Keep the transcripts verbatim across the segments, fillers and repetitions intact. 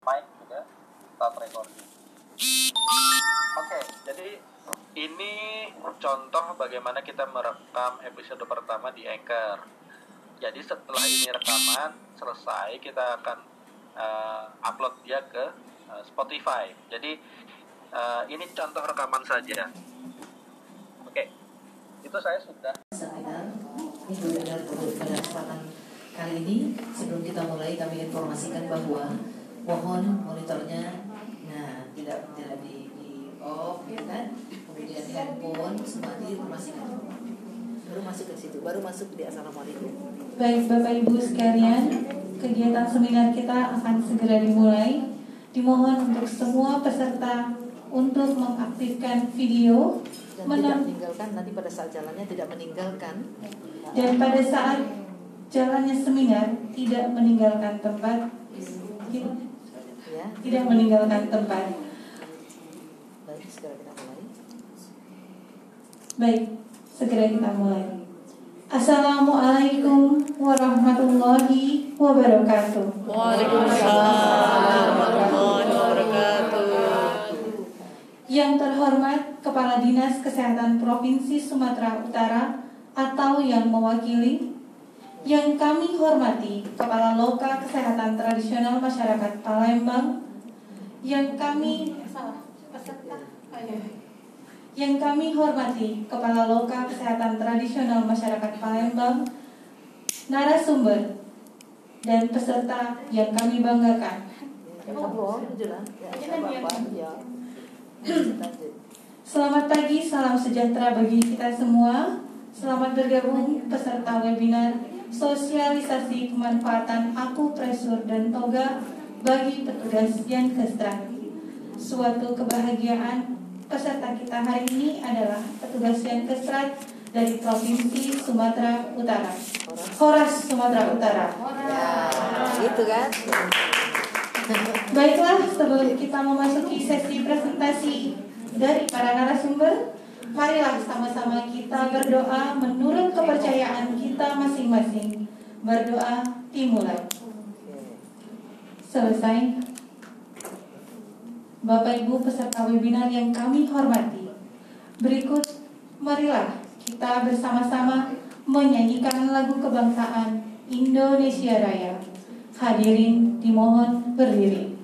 mic juga start recording. Oke, jadi ini contoh bagaimana kita merekam episode pertama di Anchor. Jadi setelah ini rekaman selesai, kita akan uh, upload dia ke uh, Spotify. Jadi uh, ini contoh rekaman saja. Oke, itu saya sudah. Minggu benar pada kesempatan kali ini, sebelum kita mulai kami informasikan bahwa mohon monitornya, nah tidak tidak di, di off, gitu kan? Kemudian handphone semua diinformasikan. Baru masuk ke situ, baru masuk di assalamualaikum. Baik Bapak Ibu sekalian, kegiatan seminar kita akan segera dimulai. Dimohon untuk semua peserta untuk mengaktifkan video dan men- tidak meninggalkan, nanti pada saat jalannya tidak meninggalkan, dan pada saat jalannya seminar tidak meninggalkan tempat, ya. Tidak meninggalkan tempat. Baik, segera kita mulai. Baik, segera kita mulai. Assalamualaikum warahmatullahi wabarakatuh. Waalaikumsalam warahmatullahi wabarakatuh. Yang terhormat Kepala Dinas Kesehatan Provinsi Sumatera Utara atau yang mewakili, yang kami hormati Kepala Loka Kesehatan Tradisional Masyarakat Palembang, yang kami salah peserta, yang kami hormati Kepala Loka Kesehatan Tradisional Masyarakat Palembang, narasumber dan peserta yang kami banggakan. Selamat pagi, salam sejahtera bagi kita semua. Selamat bergabung peserta webinar sosialisasi kemanfaatan akupresur dan toga bagi petugas Yankestra. Suatu kebahagiaan, peserta kita hari ini adalah petugas Yankestra dari Provinsi Sumatera Utara. Horas Sumatera Utara. Ya, gitu kan? Baiklah, sebelum kita memasuki sesi presentasi dari para narasumber, marilah sama-sama kita berdoa menurut kepercayaan kita masing-masing. Berdoa dimulai. Selesai. Bapak Ibu peserta webinar yang kami hormati, berikut marilah kita bersama-sama menyanyikan lagu kebangsaan Indonesia Raya. Hadirin dimohon berdiri.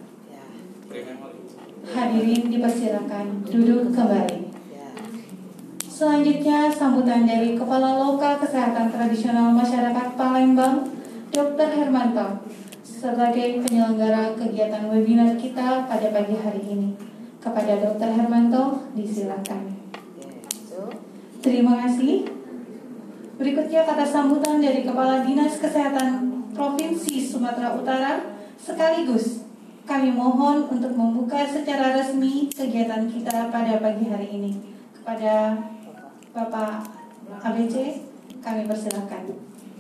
Hadirin dipersilakan duduk kembali. Selanjutnya sambutan dari Kepala Loka Kesehatan Tradisional Masyarakat Palembang, Dokter Hermanto, sebagai penyelenggara kegiatan webinar kita pada pagi hari ini. Kepada Dokter Hermanto, disilakan. Terima kasih. Berikutnya kata sambutan dari Kepala Dinas Kesehatan Provinsi Sumatera Utara, sekaligus kami mohon untuk membuka secara resmi kegiatan kita pada pagi hari ini. Kepada Bapak A B C, kami persilakan.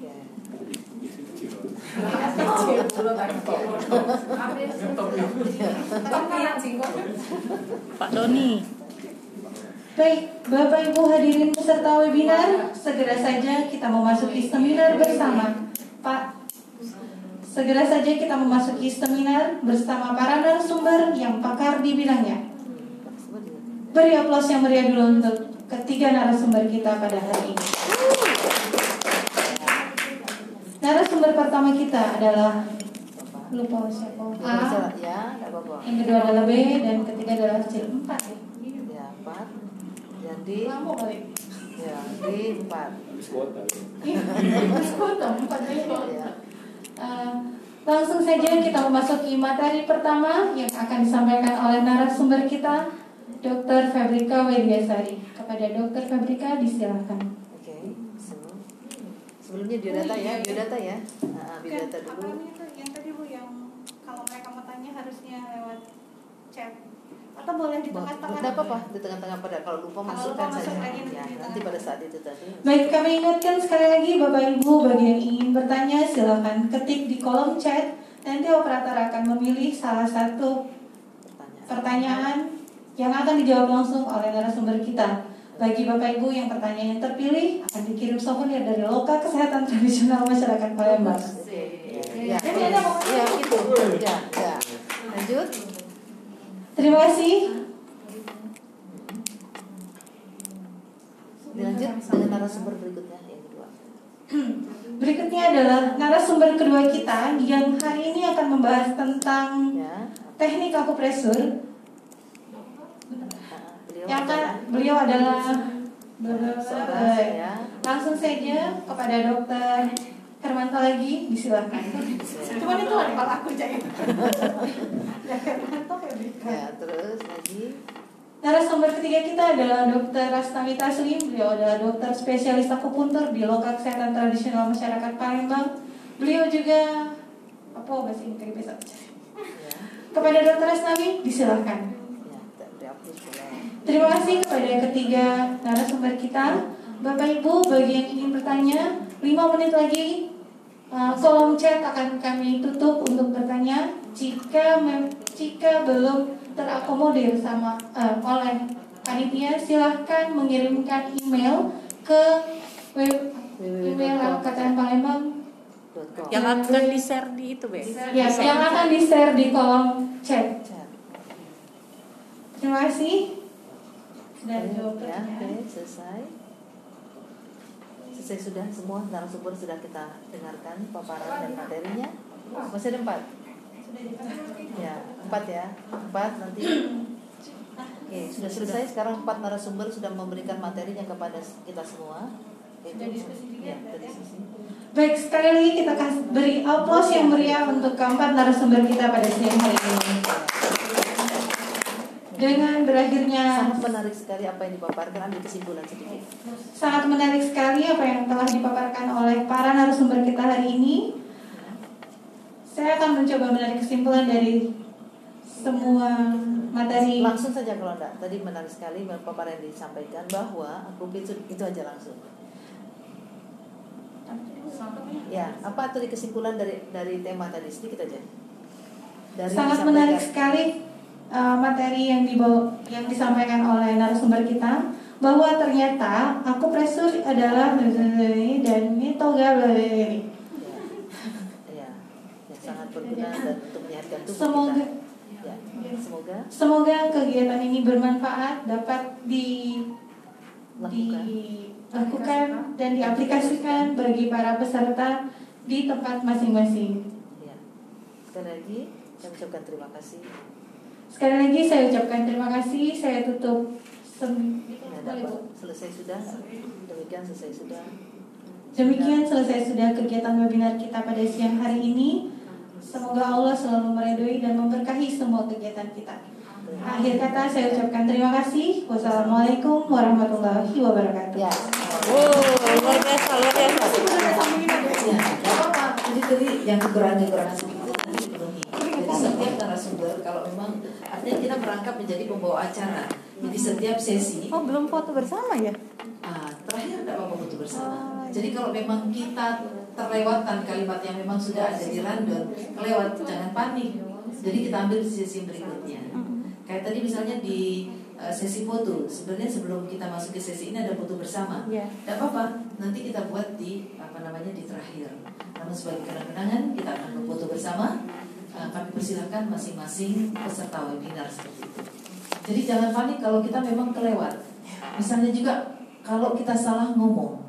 Pak Doni. Baik, Bapak Ibu hadirin peserta webinar, segera saja kita memasuki seminar bersama. Pak, segera saja kita memasuki seminar bersama para narasumber yang pakar di bidangnya. Beri aplaus yang meriah dulu untuk ketiga narasumber kita pada hari ini. Narasumber pertama kita adalah lupa siapa A, yang kedua adalah B, dan ketiga adalah C. Empat ya? Ya, empat. Jadi Lama kali. ya, di empat. Uh, langsung saja kita memasuki materi pertama yang akan disampaikan oleh narasumber kita, Dokter Febrika Widyasari. Kepada Dokter Febrika disilakan. Oke, sebelum sebelumnya biodata ya, biodata ya. Nah, biodata dulu. Apa itu yang tadi Bu, yang kalau mereka mau tanya harusnya lewat chat atau boleh di tengah-tengah? Tidak apa-apa, di tengah-tengah pada kalau lupa masukkan saja. Lagi, Ya, nanti pada saat itu tadi. Baik, kami ingatkan sekali lagi Bapak Ibu bagi yang ingin bertanya silakan ketik di kolom chat. Nanti operator akan memilih salah satu pertanyaan, pertanyaan yang akan dijawab langsung oleh narasumber kita. Bagi Bapak Ibu yang pertanyaan yang terpilih akan dikirim souvenir dari Loka Kesehatan Tradisional Masyarakat Palembang. Ya, ya, ya, ya, gitu. Ya, ya. lanjut. Terima kasih. Dilanjut dengan narasumber berikutnya yang kedua. Berikutnya adalah narasumber kedua kita yang hari ini akan membahas tentang Ya. teknik akupresur. Beliau Yang akan adalah beliau adalah seorang ya. langsung saja kepada dokter Hermanto lagi, disilakan. Cuman itu ada kalau aku jahit. Ya Hermanto Ya, terus lagi. Narasumber ketiga kita adalah dokter Rastami Taslim. Beliau adalah dokter spesialis akupuntur di Loka Kesehatan Tradisional Masyarakat Palembang. Beliau juga apa bahasa Inggris bisa Ya. kepada dokter Rastami, disilakan. Ya, beri hapus boleh. Terima kasih kepada ketiga narasumber kita. Bapak Ibu, bagi yang ingin bertanya, lima menit lagi uh, kolom chat akan kami tutup untuk bertanya. Jika mem- jika belum terakomodir sama uh, oleh panitia, silahkan mengirimkan email ke web email K T M Palembang Yang akan di-share di itu, Be. ya, yang akan di-share di kolom chat. Chat. Terima kasih. Sudah jawab Ya, pertanyaan. oke, selesai. Selesai sudah semua narasumber sudah kita dengarkan paparan dan materinya. Masih ada empat. Ya, empat ya, empat nanti. Oke, sudah selesai. Sekarang empat narasumber sudah memberikan materinya kepada kita semua. Itu, ya, sudah diskusi. Baik, sekali lagi kita kasih beri aplaus yang meriah untuk keempat narasumber kita pada siang hari ini. Dengan berakhirnya Sangat menarik sekali apa yang dipaparkan. Ambil kesimpulan sedikit. sangat menarik sekali apa yang telah dipaparkan oleh para narasumber kita hari ini. Saya akan mencoba menarik kesimpulan dari semua materi. Langsung saja kalau enggak. Tadi menarik sekali paparan yang disampaikan bahwa aku itu itu aja langsung. Ya, apa tadi kesimpulan dari dari tema tadi sedikit aja. Dari Sangat disampaikan. menarik sekali uh, materi yang dibawa yang disampaikan oleh narasumber kita, bahwa ternyata akupresur adalah dan ini toga ini. Ya, ya, sangat berguna dan untuk menyehatkan tubuh Semoga kita. Ya, semoga semoga kegiatan ini bermanfaat, dapat di lakukan. dilakukan dan diaplikasikan bagi para peserta di tempat masing-masing. Ya. Sekali lagi saya ucapkan terima kasih. Sekali lagi saya ucapkan terima kasih. Saya tutup sem- Ya, dapat selesai sudah. Demikian selesai sudah. Demikian selesai sudah kegiatan webinar kita pada siang hari ini. Semoga Allah selalu meridhoi dan memberkahi semua kegiatan kita. Akhir kata saya ucapkan terima kasih. Wassalamualaikum warahmatullahi wabarakatuh. Ya. Wow, luar biasa, luar biasa. Ya, nggak apa-apa. Jadi tadi yang kekurangan-kekurangan sedikit nanti dipenuhi. Jadi setiap narasumber kalau memang artinya kita merangkap menjadi pembawa acara. Jadi setiap sesi Oh, belum foto bersama ya? ah, terakhir tidak apa-apa foto bersama. Jadi kalau memang kita terlewatkan kalimat yang memang sudah ada di rundown, kelewat, jangan panik. Jadi kita ambil sesi berikutnya. Kayak tadi misalnya di uh, sesi foto, sebenarnya sebelum kita masuk ke sesi ini ada foto bersama. Iya. Tidak apa-apa, nanti kita buat di apa namanya di terakhir. Namun sebagai kenang-kenangan kita akan memfoto bersama. Uh, kami persilahkan masing-masing peserta webinar seperti itu. Jadi jangan panik kalau kita memang kelewat. Misalnya juga kalau kita salah ngomong.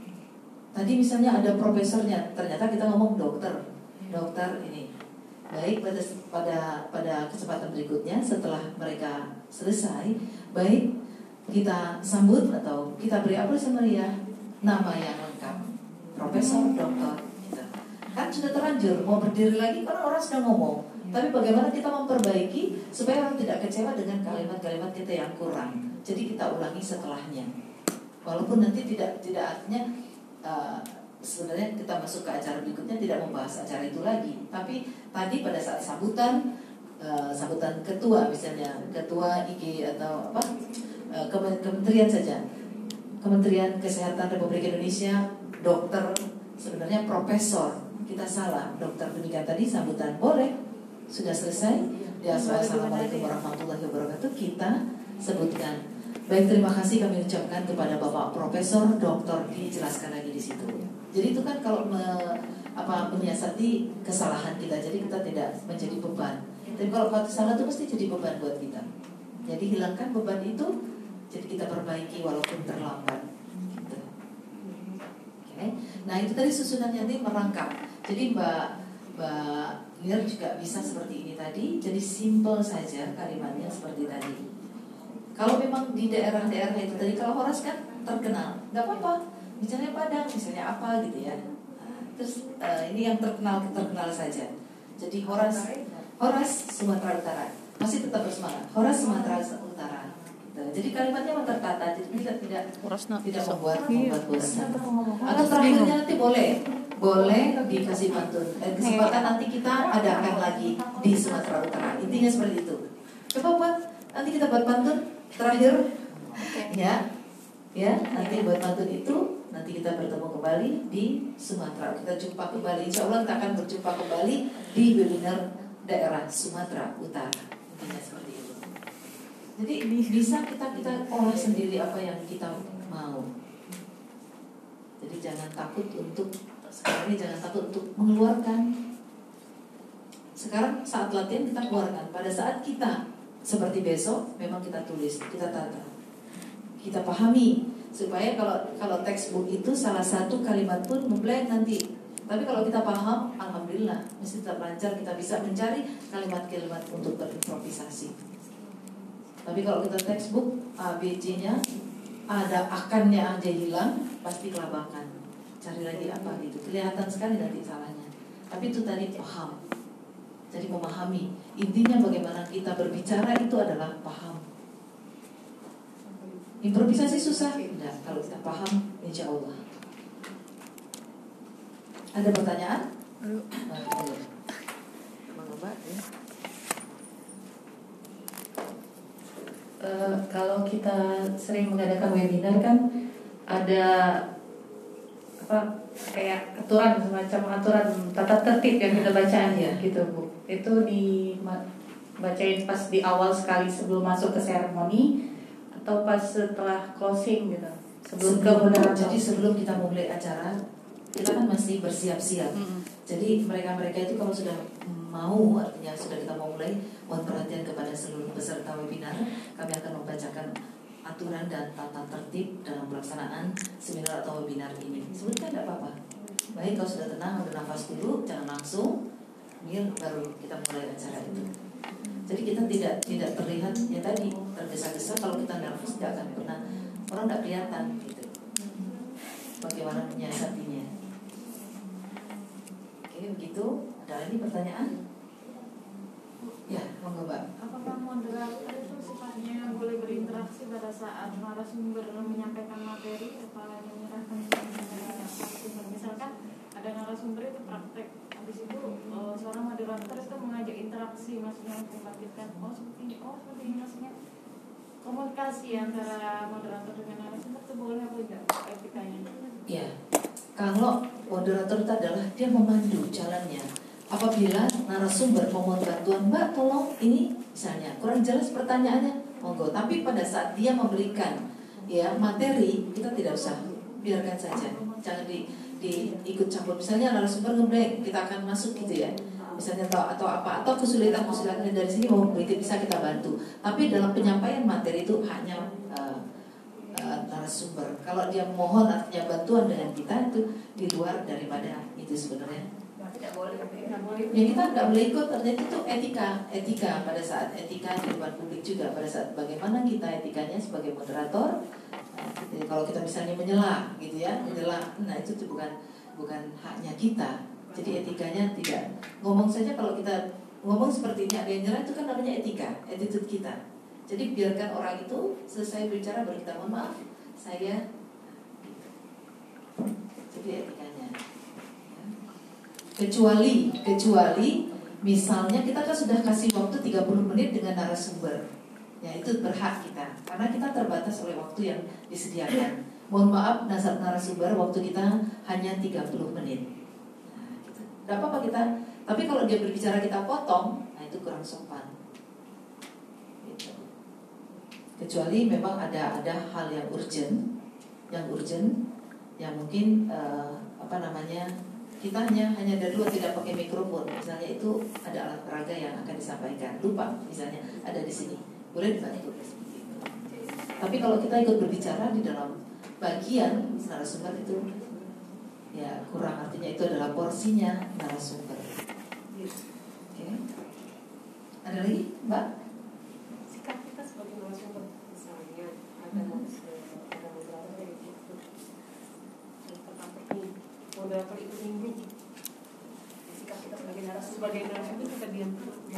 Tadi misalnya ada profesornya, ternyata kita ngomong dokter, dokter ini. Baik pada pada pada kesempatan berikutnya setelah mereka selesai, baik kita sambut atau kita beri apresiasi meriah nama yang lengkap, profesor, dokter. Gitu. Kan sudah terlanjur mau berdiri lagi karena orang sudah ngomong. Tapi bagaimana kita memperbaiki supaya orang tidak kecewa dengan kalimat-kalimat kita yang kurang. Jadi kita ulangi setelahnya. Walaupun nanti tidak tidak artinya uh, sebenarnya kita masuk ke acara berikutnya tidak membahas acara itu lagi. Tapi tadi pada saat sambutan uh, sambutan ketua misalnya ketua I G atau apa uh, kementerian saja, Kementerian Kesehatan Republik Indonesia, dokter sebenarnya profesor, kita salah dokter demikian tadi sambutan boleh. Sudah selesai. Ya, assalamualaikum warahmatullahi wabarakatuh. Kita sebutkan. Baik, terima kasih kami ucapkan kepada Bapak Profesor Doktor dijelaskan lagi di situ. Jadi itu kan kalau me, apa menyiasati kesalahan kita, jadi kita tidak menjadi beban. Tapi kalau kata salah itu pasti jadi beban buat kita. Jadi hilangkan beban itu, jadi kita perbaiki walaupun terlambat. Gitu. Oke. Nah itu tadi susunannya nanti merangkap. Jadi Mbak Mbak Lir juga bisa seperti ini tadi. Jadi simple saja kalimatnya seperti tadi. Kalau memang di daerah-daerah itu tadi, kalau Horas kan terkenal, nggak apa-apa. Misalnya Padang, misalnya apa gitu ya. Nah, terus uh, ini yang terkenal terkenal saja. Jadi Horas, Horas Sumatera Utara, masih tetap bersemangat. Horas Sumatera Utara. Gitu. Jadi kalimatnya memang tertata, jadi tidak tidak tidak membuat membuat bosan. Atau terakhirnya nanti boleh, boleh dikasih pantun. Eh, kesempatan nanti kita adakan lagi di Sumatera Utara. Intinya seperti itu. Coba buat nanti kita buat pantun terakhir, ya, ya. Nanti buat pantun itu. Nanti kita bertemu kembali di Sumatera. Kita jumpa kembali, insya Allah kita akan berjumpa kembali di webinar daerah Sumatera Utara. Intinya seperti itu. Jadi bisa kita kita olah sendiri apa yang kita mau. Jadi jangan takut untuk sekarang ini jangan takut untuk mengeluarkan. Sekarang saat latihan kita keluarkan. Pada saat kita seperti besok, memang kita tulis, kita tata, kita pahami. Supaya kalau kalau textbook itu salah satu kalimat pun ngeblank nanti. Tapi kalau kita paham, alhamdulillah mesti tetap lancar, kita bisa mencari kalimat-kalimat untuk berimprovisasi. Tapi kalau kita textbook A B C-nya ada akannya aja hilang, pasti kelabakan. Cari lagi apa gitu. Kelihatan sekali nanti salahnya. Tapi itu tadi paham. Jadi memahami. Intinya bagaimana kita berbicara itu adalah paham. Improvisasi susah? Tidak, kalau kita paham, insya Allah. Ada pertanyaan? Ayo. Uh, kalau kita sering mengadakan webinar kan ada apa kayak aturan semacam aturan tata tertib yang kita bacaan ya gitu Bu. Itu dibacain pas di awal sekali sebelum masuk ke seremoni atau pas setelah closing gitu, sebelum, sebelum ke jadi sebelum kita mulai acara kita kan masih bersiap-siap. Mm-hmm. Jadi mereka-mereka itu kalau sudah mau, artinya sudah kita mau mulai, mohon perhatian kepada seluruh peserta webinar. Kami akan membacakan aturan dan tata tertib dalam pelaksanaan seminar atau webinar ini. Sebutkan tidak apa-apa. Baik, kalau sudah tenang, ambil nafas dulu, jangan langsung, biar baru kita mulai acara itu. Jadi kita tidak tidak terlihat ya tadi tergesa-gesa. Kalau kita nervous tidak akan pernah, orang tidak kelihatan gitu. Bagaimana menyiasatinya? Oke, begitu. Ada ini pertanyaan? Ya, monggo Mbak. Apakah moderator itu sifatnya boleh berinteraksi pada saat narasumber menyampaikan materi, apa yang menyerahkan narasumber? Misalkan ada narasumber itu praktek, habis itu uh, seorang moderator itu mengajak interaksi, maksudnya membangkitkan oh seperti ini, oh seperti ini, maksudnya komunikasi antara moderator dengan narasumber itu boleh apa tidak etikanya? Ya, kalau moderator itu adalah dia memandu jalannya. Apabila narasumber memohon bantuan, Mbak tolong ini misalnya kurang jelas pertanyaannya, monggo. Tapi pada saat dia memberikan ya materi, kita tidak usah, biarkan saja, jangan di, di ikut campur. Misalnya narasumber ngeblank, kita akan masuk gitu ya. Misalnya atau atau apa atau kesulitan kesulitan dari sini mau bisa kita bantu. Tapi dalam penyampaian materi itu hanya uh, uh, narasumber. Kalau dia mohon artinya bantuan dengan kita itu di luar daripada itu sebenarnya. Tidak boleh, tidak boleh. Ya kita nggak boleh ikut, ternyata itu etika, etika pada saat etika di depan publik juga pada saat bagaimana kita etikanya sebagai moderator. Nah, jadi kalau kita misalnya menyela, gitu ya, menyela, nah itu tuh bukan bukan haknya kita. Jadi etikanya tidak ngomong saja kalau kita ngomong seperti ini ada yang nyerah itu kan namanya etika, attitude kita. Jadi biarkan orang itu selesai berbicara baru kita mohon maaf, saya. Jadi etikanya. Kecuali, kecuali misalnya kita kan sudah kasih waktu tiga puluh menit dengan narasumber. Ya itu berhak kita. Karena kita terbatas oleh waktu yang disediakan. Mohon maaf narasumber waktu kita hanya tiga puluh menit. Nah, gitu. Gak apa-apa kita. Tapi kalau dia berbicara kita potong, nah itu kurang sopan. Gitu. Kecuali memang ada ada hal yang urgent, yang urgent, yang mungkin uh, apa namanya kita hanya hanya ada dua, tidak pakai mikrofon. Misalnya itu ada alat peraga yang akan disampaikan, lupa misalnya ada di sini, boleh dibantu. Tapi kalau kita ikut berbicara di dalam bagian narasumber itu ya kurang, artinya itu adalah porsinya narasumber. Oke, ada lagi Mbak? Sikap kita sebagai narasumber, misalnya ada ada moderator yang ikut terpampang nih, moderator ikut nimbrung, sikap kita sebagai narasumber sebagai narasumber kita diam.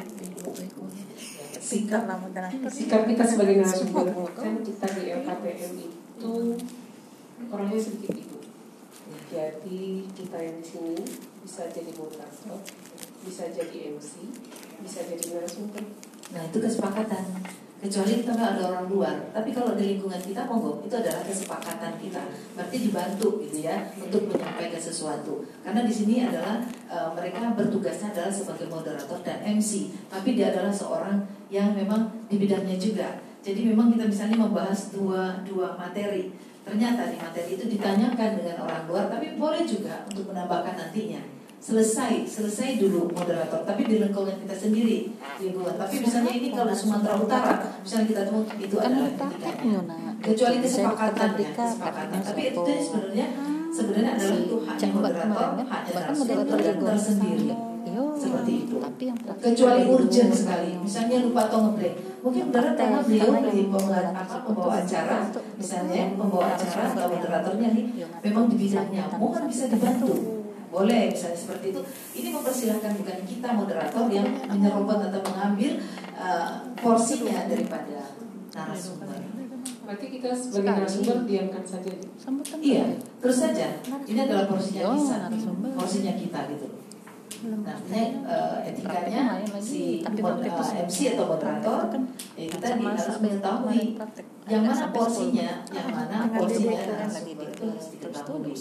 Sikap lah moderator. Sikap kita sebagai narasumber kan kita di L K P M itu orangnya sedikit itu. Jadi kita yang di sini bisa jadi moderator, bisa jadi M C, bisa jadi narasumber. Nah itu kesepakatan. Kecuali kita nggak ada orang luar. Tapi kalau di lingkungan kita monggo, itu adalah kesepakatan kita. Berarti dibantu gitu ya untuk menyampaikan sesuatu. Karena di sini adalah e, mereka bertugasnya adalah sebagai moderator dan M C. Tapi dia adalah seorang yang memang di bidangnya juga. Jadi memang kita misalnya membahas dua dua materi. Ternyata di materi itu ditanyakan dengan orang luar, tapi boleh juga untuk menambahkan nantinya. Selesai, selesai dulu moderator, tapi di lingkungan kita sendiri, lingkungan. Tapi misalnya ini kalau Sumatera Utara, misalnya kita temu itu adalah ketikanya. Kecuali kesepakatan ya, kesepakatan. Tapi itu sebenarnya sebenarnya adalah itu haknya moderator, haknya narasumber tersendiri. Seperti itu. Kecuali urgent sekali, misalnya lupa atau ngebreak. Mungkin benar karena beliau beli pembawa apa pembawa acara, misalnya pembawa acara atau moderatornya nih memang di bidangnya, mohon bisa dibantu. Boleh misalnya seperti itu. Ini mempersilahkan, bukan kita moderator yang menyerobot atau mengambil uh, porsinya daripada narasumber. Berarti kita sebagai narasumber diamkan saja. Iya, terus saja. Ini adalah porsinya kita, porsinya kita gitu. Nah, ini uh, etikanya si mod, uh, M C atau moderator, ya kita harus mengetahui yang mana porsinya, yang mana porsinya narasumber itu harus diketahui.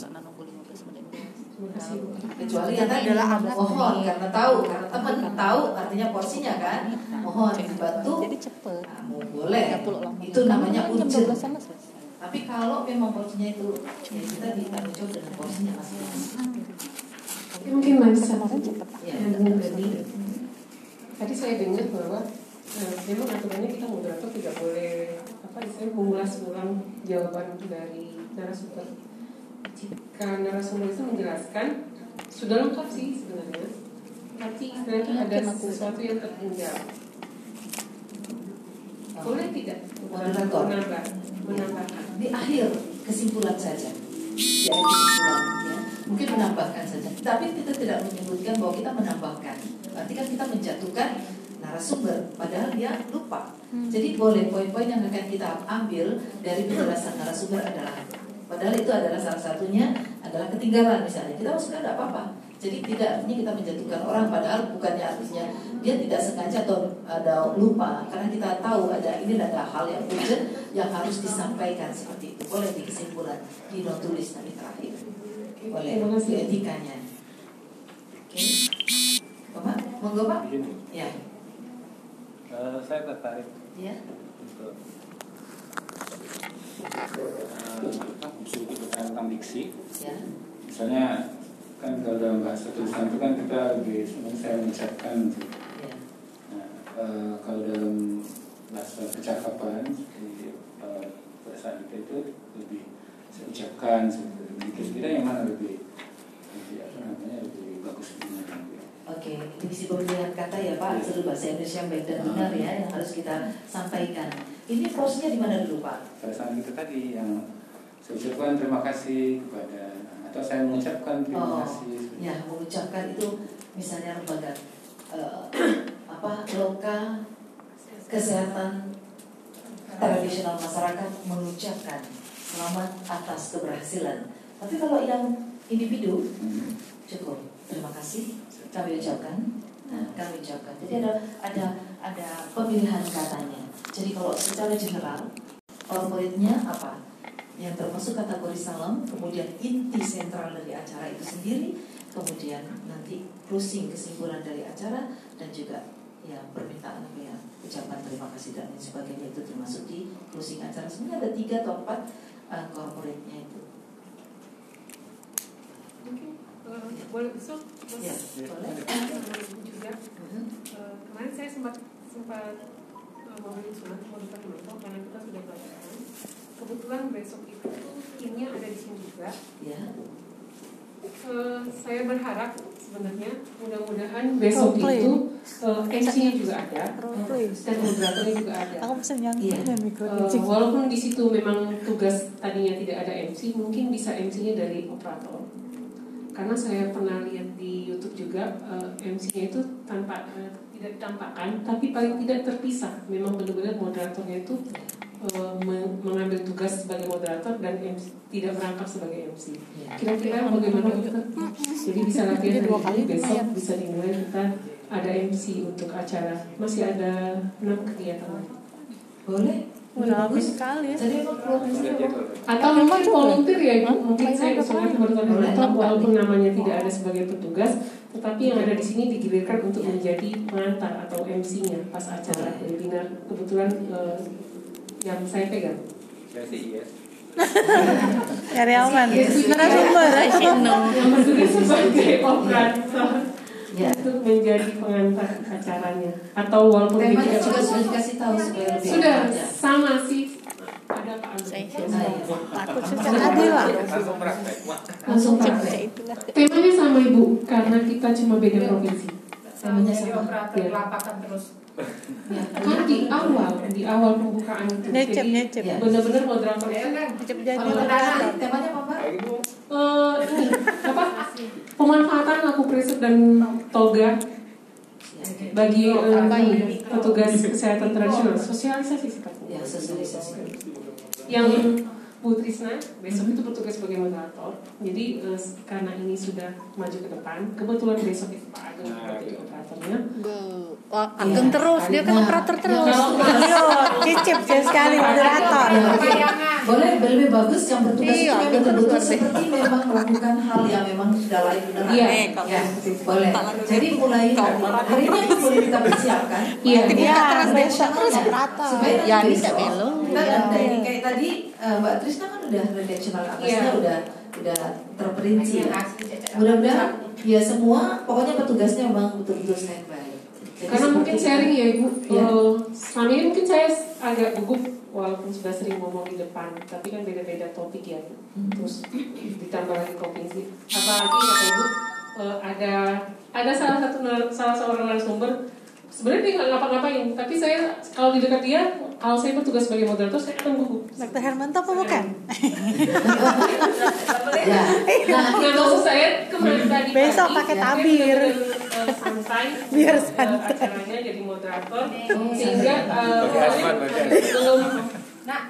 Kecuali yang tadi adalah mohon karena tahu, karena teman tahu artinya porsinya kan, mohon dibantu. Nah, boleh, itu namanya urgent. Tapi kalau memang porsinya itu, ya kita ditanggung jawab dengan porsinya masing-masing. Mungkin bisa Ya, tadi saya dengar bahwa eh, memang aturannya kita moderator tidak boleh apa istilahnya mengulas ulang jawaban dari narasumber. Jika narasumber itu menjelaskan sudah lengkap sih sebenarnya, tapi ternyata ada sesuatu yang tertinggal. Boleh tidak moderator menambah, menambahkan di akhir kesimpulan saja, ya kesimpulan ya. Mungkin menambahkan saja, tapi kita tidak menyebutkan bahwa kita menambahkan. Berarti kan kita menjatuhkan narasumber, padahal dia lupa. Jadi boleh poin-poin yang akan kita ambil dari penjelasan narasumber adalah, padahal itu adalah salah satunya adalah ketinggalan misalnya. Kita masukkan tidak apa-apa. Jadi tidak artinya kita menjatuhkan orang, padahal bukannya artinya dia tidak sengaja atau ada lupa, karena kita tahu ada ini ada hal yang urgent yang harus disampaikan seperti itu. Boleh di kesimpulan di not tulis nanti terakhir. Boleh di etikanya. Oke, Bapak, monggo Pak. Ya. Uh, saya tertarik Ya. untuk uh, sedikit bertanya tentang diksi. Ya. Misalnya kan kalau dalam bahasa tulisan itu kan kita lebih sebenarnya saya mengucapkan. Ya. Nah, uh, kalau dalam bahasa percakapan di uh, bahasa kita itu lebih saya ucapkan seperti itu. Kira-kira yang mana lebih lebih apa namanya lebih bagus digunakan? Oke, divisi pemilihan kata ya Pak, seluruh bahasa Indonesia yang baik dan benar ya yang harus kita sampaikan. Ini prosesnya di mana dulu Pak? Pada saat itu tadi yang saya ucapkan terima kasih kepada, atau saya mengucapkan terima Oh, kasih. ya mengucapkan itu misalnya lembaga uh, apa loka kesehatan tradisional masyarakat mengucapkan selamat atas keberhasilan. Tapi kalau yang individu Hmm. cukup terima kasih kami ucapkan, nah, kami ucapkan. Jadi ada ada ada pemilihan katanya. Jadi kalau secara general corporate-nya apa yang termasuk kategori salam, kemudian inti sentral dari acara itu sendiri, kemudian nanti closing kesimpulan dari acara, dan juga ya permintaan apa ya ucapan terima kasih dan lain sebagainya itu termasuk di closing acara. Sebenarnya ada tiga atau empat uh, corporate-nya itu. mungkin Uh, boleh usul? Ya, boleh. Juga. Uh, kemarin saya sempat sempat uh, memberi usulan untuk menonton karena kita sudah pelajaran. Kebetulan besok itu timnya ada di sini juga. Ya. Uh, saya berharap sebenarnya mudah-mudahan besok itu uh, M C-nya juga ada dan moderatornya juga ada. Aku pesen yang Iya. mikro Uh, walaupun di situ memang tugas tadinya tidak ada M C, mungkin bisa M C-nya dari operator. Karena saya pernah lihat di YouTube juga uh, M C-nya itu tanpa uh, tidak ditampakkan, tapi paling tidak terpisah. Memang benar-benar moderatornya itu uh, mengambil tugas sebagai moderator dan M C, tidak merangkap sebagai M C. Kira-kira bagaimana kita? Jadi bisa latihan hari ini, besok bisa dimulai kita ada M C untuk acara. Masih ada enam kegiatan. Boleh. Udah habis sekali ya. Jadi emang keluar dari sini apa? Atau mungkin volunteer ya Ibu. Mungkin saya usulkan Boleh. teman-teman walaupun namanya tidak ada sebagai petugas, tetapi yang ada di sini digilirkan untuk menjadi pengantar atau M C-nya pas acara webinar. Kebetulan eh, yang saya pegang. Saya sih yes. Nyari aman. Narasumber. Yang bertugas sebagai operator Ya. untuk menjadi pengantar acaranya. Atau walaupun Temanya tidak juga sudah dikasih tahu supaya lebih sudah enak ya. sama sih. Ada Pak Agus. Takut secara adil lah. Langsung praktek. Wah. Langsung Ya praktek. itulah. Temanya sama Ibu karena kita cuma beda provinsi. Temanya Jadi sama. operator Ya. lapakan terus. Ya. Kan di awal di awal pembukaan itu Nyecep, jadi nyecep. Ya. benar-benar moderator itu Nyecep jadi Apa moderator. temanya apa Mbak? eh, ini apa pemanfaatan lampu prinsip dan toga bagi eh, petugas kesehatan tradisional, sosialisasi sifatnya. Ya, sosialisasi. Yang Bu Trisna besok itu bertugas sebagai moderator. Jadi eh, karena ini sudah maju ke depan, kebetulan besok itu Pak Ageng sebagai operatornya. Wah, Ageng Iya. terus, dia kan Nah, operator terus. kalau- Ayo, cicip dia sekali moderator. Ya, oke. Boleh lebih bagus yang bertugas Iya, itu yang betul, betul-betul betul. seperti memang melakukan hal yang memang sudah layak benar. Iya. Ya, boleh. Jadi mulai hari ini boleh kita persiapkan. Iya. Kita Iya, transnasionalnya. besok operator. Supaya Ya, nanti bisa besok belum. Kita Iya. dari kayak tadi eh, Mbak Trisna kan udah redaksional atasnya Iya. udah udah terperinci ya. Mudah-mudahan ya semua pokoknya petugasnya memang betul-betul standby. Jadi Karena mungkin seperti- sharing ya Ibu, Iya. eh, selama ini mungkin saya agak gugup walaupun sudah sering ngomong di depan, tapi kan beda-beda topik ya. Terus ditambah lagi provinsi. Apalagi kata Ibu, eh, ada ada salah satu nar- salah seorang narasumber sebenarnya dia nggak ngapa-ngapain, tapi saya kalau di dekat dia, kalau saya bertugas sebagai moderator, saya akan gugup. Dokter Hermanto apa bukan? Ya. Nah, Nah, itu maksud saya kemarin tadi Besok pagi, pakai saya tabir. benar-benar, eh, santai Biar eh, santai. acaranya jadi moderator sehingga eh, Pakai asmat, pakai belum Nah,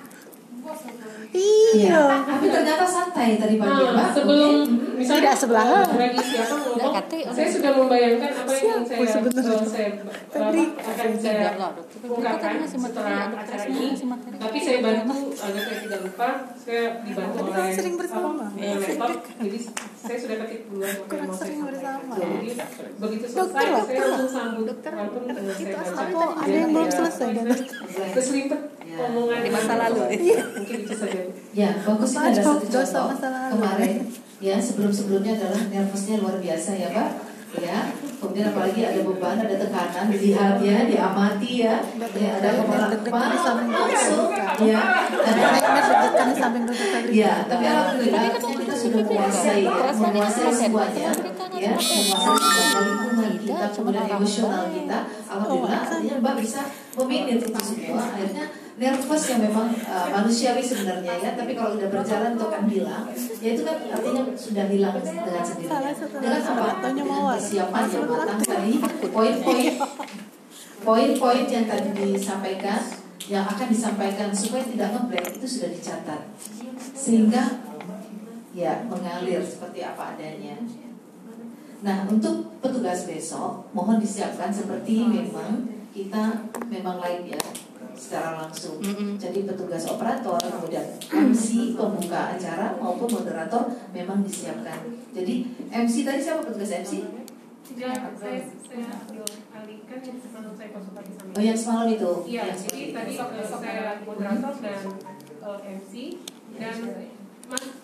Iya. Iya. Tapi ternyata santai tadi pagi, Nah, Mbak. sebelum Oke. misalnya Tidak sebelahan. lagi siapa ngomong, Tidak kate, saya sudah membayangkan apa yang ingin saya Siapa sebenarnya? eh, saya apa, akan saya ungkapkan setelah acara ini. Tapi saya bantu agar saya tidak lupa. Saya dibantu Tapi oleh kan sering bersama. apa, eh, laptop. Jadi saya sudah ketik duluan apa yang mau saya sering sampaikan. bersama. Jadi begitu Dokter selesai loh, saya langsung sambut. Walaupun eh, saya Itu baca. apa? Ada yang belum selesai dan Keselimpet omongan Di masa lalu. Mungkin itu saja. Ya, bagus ini ada Maaf, satu dosa contoh masa lalu. kemarin. Ya, sebelum-sebelumnya adalah nervousnya luar biasa ya, Pak. Ya, kemudian apalagi ada beban, ada tekanan, dilihat ya, diamati ya. Ya, ada kepala Deg-degan di samping langsung. Ya, ada deg-degan di samping dokter Febri. Ya, tapi alhamdulillah kita sudah menguasai, ya, menguasai semuanya, ya, menguasai semuanya lingkungan kita, kemudian emosional kita. Alhamdulillah, artinya Mbak bisa memanage itu semua. Akhirnya nervous yang memang uh, manusiawi sebenarnya ya, tapi kalau udah berjalan itu akan hilang. Ya itu kan artinya sudah hilang dengan sendirinya. Dengan apa? Dengan persiapan yang matang tadi, poin-poin, poin-poin yang tadi disampaikan, yang akan disampaikan supaya tidak ngeblank itu sudah dicatat, sehingga ya mengalir seperti apa adanya. Nah, untuk petugas besok mohon disiapkan seperti memang kita memang live ya secara langsung. Jadi petugas operator, kemudian M C pembuka acara maupun moderator memang disiapkan. Jadi M C tadi siapa petugas M C? Tidak, saya saya ambil alihkan yang semalam saya konsultasi sama. Oh yang semalam itu. Iya, Yang jadi seperti tadi itu. uh, saya moderator dan uh, M C dan Mas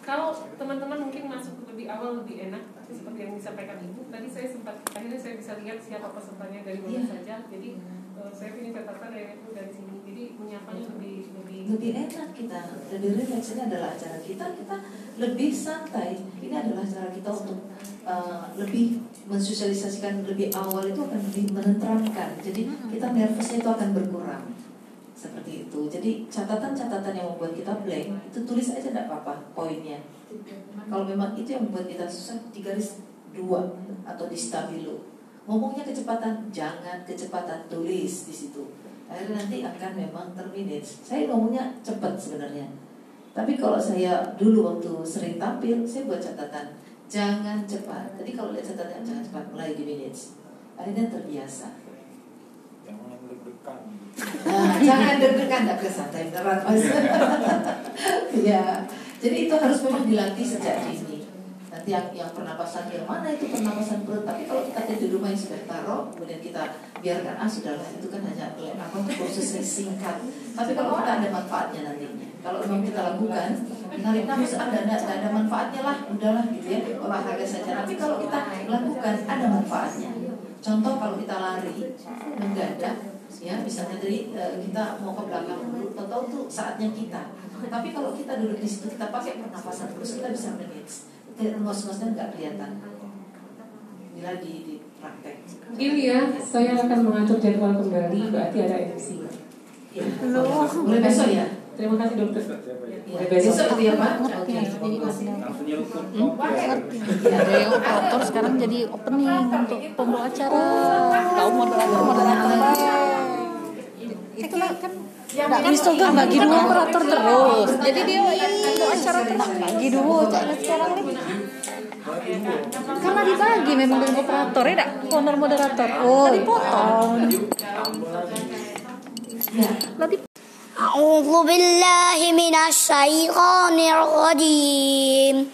kalau teman-teman mungkin masuk lebih awal lebih enak, tapi seperti yang disampaikan Ibu tadi, saya sempat akhirnya saya bisa lihat siapa pesertanya dari mana Iya. saja. Jadi uh, saya punya catatan dari itu dari sini. Jadi menyapanya lebih lebih Lebih enak kita, lebih relax. Ini adalah acara kita, kita lebih santai. Ini adalah acara kita untuk uh, lebih mensosialisasikan lebih awal, itu akan lebih menenteramkan. Jadi kita nervousnya itu akan berkurang. Seperti itu. Jadi catatan-catatan yang membuat kita blank itu tulis aja tidak apa-apa poinnya. Kalau memang itu yang membuat kita susah, digaris dua atau di stabilo. Ngomongnya kecepatan, jangan kecepatan, tulis di situ. Akhirnya nanti akan memang terminate. Saya ngomongnya cepat sebenarnya. Tapi kalau saya dulu waktu sering tampil, saya buat catatan, jangan cepat. Jadi kalau lihat catatan jangan cepat, mulai di minutes. Akhirnya terbiasa. Jangan deg-degan. Nah, jangan deg-degan, tidak bisa santai beneran mas. Ya, jadi itu harus memang dilatih sejak dini. Nanti yang yang pernapasan yang mana itu pernapasan perut. Tapi kalau kita di rumah yang sudah taruh, kemudian kita biarkan ah sudahlah, itu kan hanya apa prosesnya singkat. Tapi kalau kita ada manfaatnya nantinya. Kalau memang kita lakukan, menarik nafas ada ada ada manfaatnya lah, udahlah gitu ya, olahraga saja. Tapi kalau kita lakukan ada manfaatnya. Contoh kalau kita lari mendadak, ya misalnya dari uh, kita mau ke belakang dulu, tahu tuh saatnya kita. Tapi kalau kita duduk di situ kita pakai pernapasan terus, kita bisa manage. Ngos-ngosnya nggak kelihatan bila di, di praktek. Gini ya, saya akan mengatur jadwal kembali, berarti ada M C. Ya. Mulai besok ya. Terima kasih dokter. Ya, besok itu ya Pak. Oke. Langsung nyelukut. Ada yang operator sekarang jadi opening untuk pembawa acara. Tahu moderator moderator itu kan nggak bisa kan bagi dua operator terus. Jadi dia pembawa acara tuh bagi dua sekarang nih. Karena dibagi memang dengan operator ya, dak honor moderator. Oh, dipotong. Ya. Nanti A'udzu billahi minasy syaithanir rajim.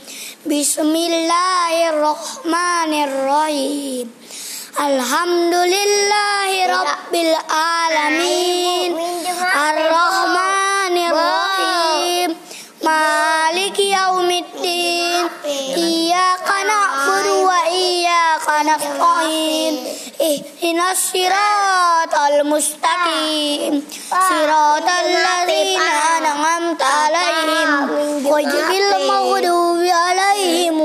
Bismillahirrahmanirrahim. Alhamdulillahi rabbil alamin. Arrahmanir rahim. Maliki yaumiddin. Iyyaka na'budu wa iyyaka nasta'in. Ihdinas siratal mustaqim. Siratal ladzina an'amta 'alaihim ghairil maghdubi 'alaihim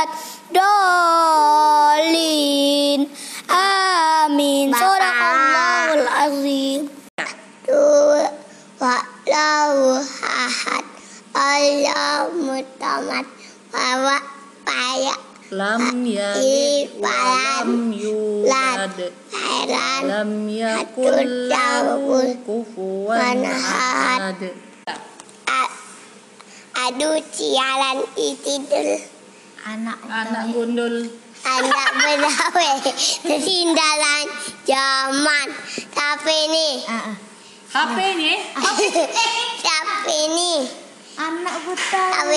waladdallin. Amin. Shadaqallahul azim. Wallahu ahad. Allahumma tamat wa paya lam yalid wa lam yulad lam yakul lahu kufuwan ahad. Aduh sialan itidul Anak anak gundul, anak benawe ketinggalan zaman. Tapi nih H P nih tapi nih anak buta.